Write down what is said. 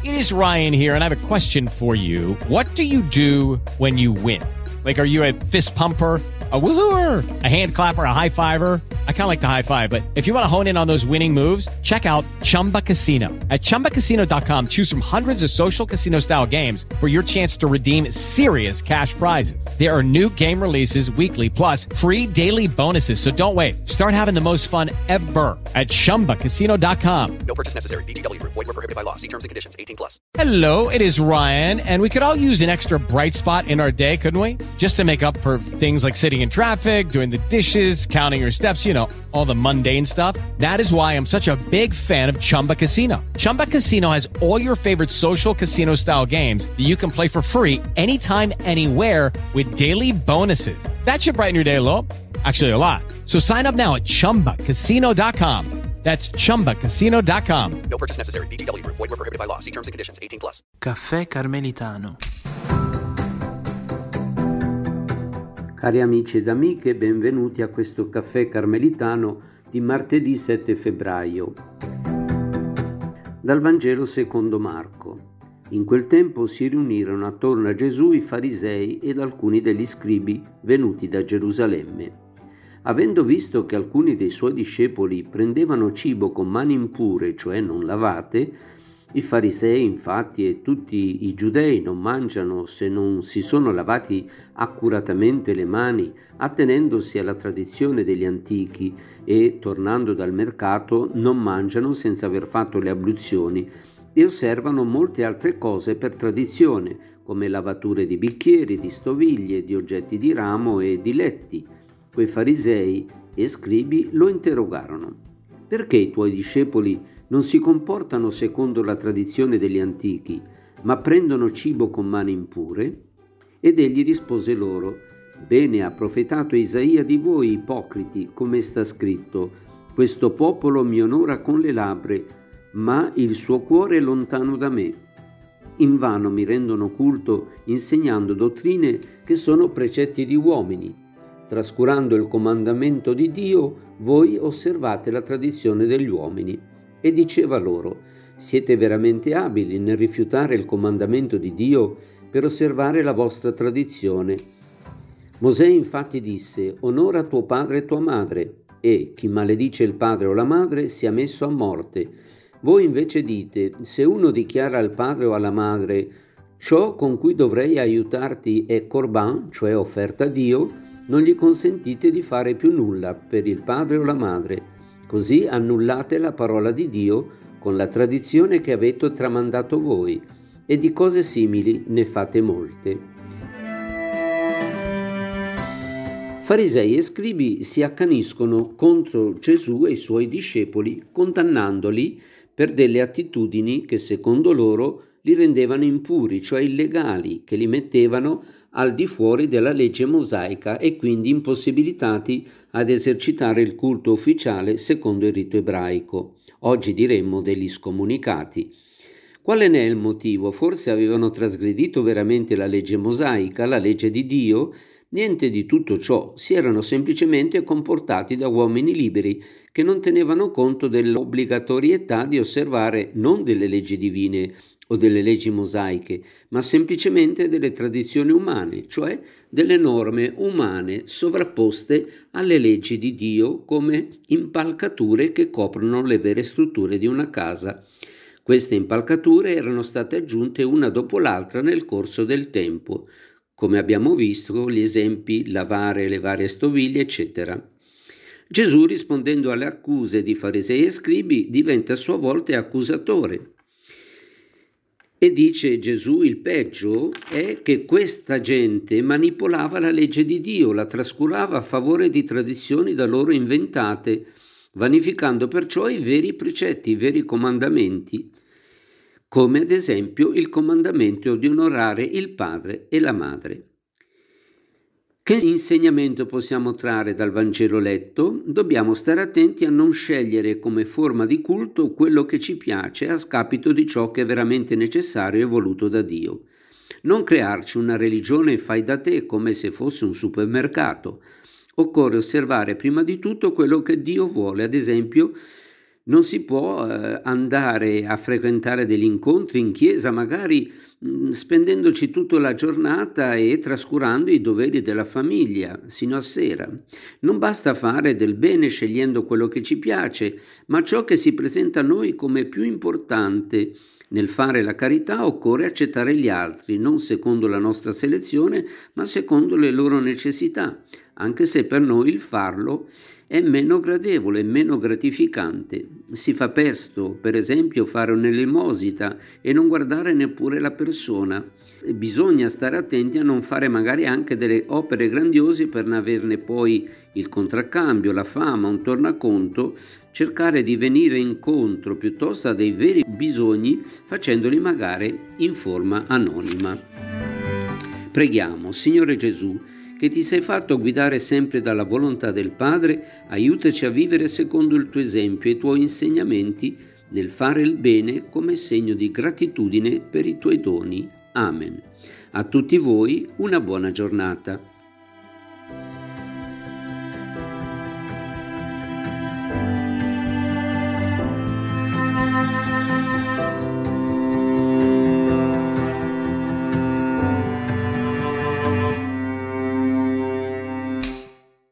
It is Ryan here, and I have a question for you. What do you do when you win? Like, are you a fist pumper, a woohooer, a hand clapper, a high fiver? I kind of like the high five, but if you want to hone in on those winning moves, check out Chumba Casino. At ChumbaCasino.com, choose from hundreds of social casino style games for your chance to redeem serious cash prizes. There are new game releases weekly, plus free daily bonuses. So don't wait. Start having the most fun ever at ChumbaCasino.com. No purchase necessary. VGW Group. Void where prohibited by law. See terms and conditions. 18+. Hello, it is Ryan, and we could all use an extra bright spot in our day, couldn't we? Just to make up for things like sitting in traffic, doing the dishes, counting your steps, you know, all the mundane stuff. That is why I'm such a big fan of Chumba Casino. Chumba Casino has all your favorite social casino style games that you can play for free anytime, anywhere with daily bonuses. That should brighten your day a little. Actually, a lot. So sign up now at ChumbaCasino.com. That's ChumbaCasino.com. No purchase necessary. VGW Group. Void where prohibited by law. See terms and conditions. 18+. Caffè Carmelitano. Cari amici ed amiche, benvenuti a questo caffè carmelitano di martedì 7 febbraio. Dal Vangelo secondo Marco. In quel tempo si riunirono attorno a Gesù i farisei ed alcuni degli scribi venuti da Gerusalemme. Avendo visto che alcuni dei suoi discepoli prendevano cibo con mani impure, cioè non lavate, i farisei infatti e tutti i giudei non mangiano se non si sono lavati accuratamente le mani, attenendosi alla tradizione degli antichi, e tornando dal mercato non mangiano senza aver fatto le abluzioni, e osservano molte altre cose per tradizione, come lavature di bicchieri, di stoviglie, di oggetti di ramo e di letti. Quei farisei e scribi lo interrogarono: perché i tuoi discepoli non si comportano secondo la tradizione degli antichi, ma prendono cibo con mani impure? Ed egli rispose loro: bene ha profetato Isaia di voi, ipocriti, come sta scritto: questo popolo mi onora con le labbra, ma il suo cuore è lontano da me. Invano mi rendono culto insegnando dottrine che sono precetti di uomini. Trascurando il comandamento di Dio, voi osservate la tradizione degli uomini. E diceva loro: siete veramente abili nel rifiutare il comandamento di Dio per osservare la vostra tradizione. Mosè infatti disse: onora tuo padre e tua madre, e chi maledice il padre o la madre sia messo a morte. Voi invece dite: se uno dichiara al padre o alla madre ciò con cui dovrei aiutarti è corban, cioè offerta a Dio, non gli consentite di fare più nulla per il padre o la madre. Così annullate la parola di Dio con la tradizione che avete tramandato voi, e di cose simili ne fate molte. Farisei e scribi si accaniscono contro Gesù e i suoi discepoli, condannandoli per delle attitudini che secondo loro li rendevano impuri, cioè illegali, che li mettevano al di fuori della legge mosaica e quindi impossibilitati ad esercitare il culto ufficiale secondo il rito ebraico. Oggi diremmo degli scomunicati. Quale ne è il motivo? Forse avevano trasgredito veramente la legge mosaica, la legge di Dio? Niente di tutto ciò, si erano semplicemente comportati da uomini liberi che non tenevano conto dell'obbligatorietà di osservare non delle leggi divine o delle leggi mosaiche, ma semplicemente delle tradizioni umane, cioè delle norme umane sovrapposte alle leggi di Dio come impalcature che coprono le vere strutture di una casa. Queste impalcature erano state aggiunte una dopo l'altra nel corso del tempo, come abbiamo visto gli esempi lavare le varie stoviglie, eccetera. Gesù, rispondendo alle accuse di farisei e scribi, diventa a sua volta accusatore. E dice Gesù: il peggio è che questa gente manipolava la legge di Dio, la trascurava a favore di tradizioni da loro inventate, vanificando perciò i veri precetti, i veri comandamenti, come ad esempio il comandamento di onorare il padre e la madre. Che insegnamento possiamo trarre dal Vangelo letto? Dobbiamo stare attenti a non scegliere come forma di culto quello che ci piace a scapito di ciò che è veramente necessario e voluto da Dio. Non crearci una religione fai da te come se fosse un supermercato. Occorre osservare prima di tutto quello che Dio vuole, ad esempio Non si può andare a frequentare degli incontri in chiesa, magari spendendoci tutta la giornata e trascurando i doveri della famiglia sino a sera. Non basta fare del bene scegliendo quello che ci piace, ma ciò che si presenta a noi come più importante. Nel fare la carità occorre accettare gli altri, non secondo la nostra selezione, ma secondo le loro necessità, anche se per noi il farlo è meno gradevole, meno gratificante. Si fa presto, per esempio, fare un'elemosina e non guardare neppure la persona. Bisogna stare attenti a non fare magari anche delle opere grandiose per non averne poi il contraccambio, la fama, un tornaconto, cercare di venire incontro piuttosto a dei veri bisogni facendoli magari in forma anonima. Preghiamo, Signore Gesù, che ti sei fatto guidare sempre dalla volontà del Padre, aiutaci a vivere secondo il tuo esempio e i tuoi insegnamenti nel fare il bene come segno di gratitudine per i tuoi doni. Amen. A tutti voi una buona giornata.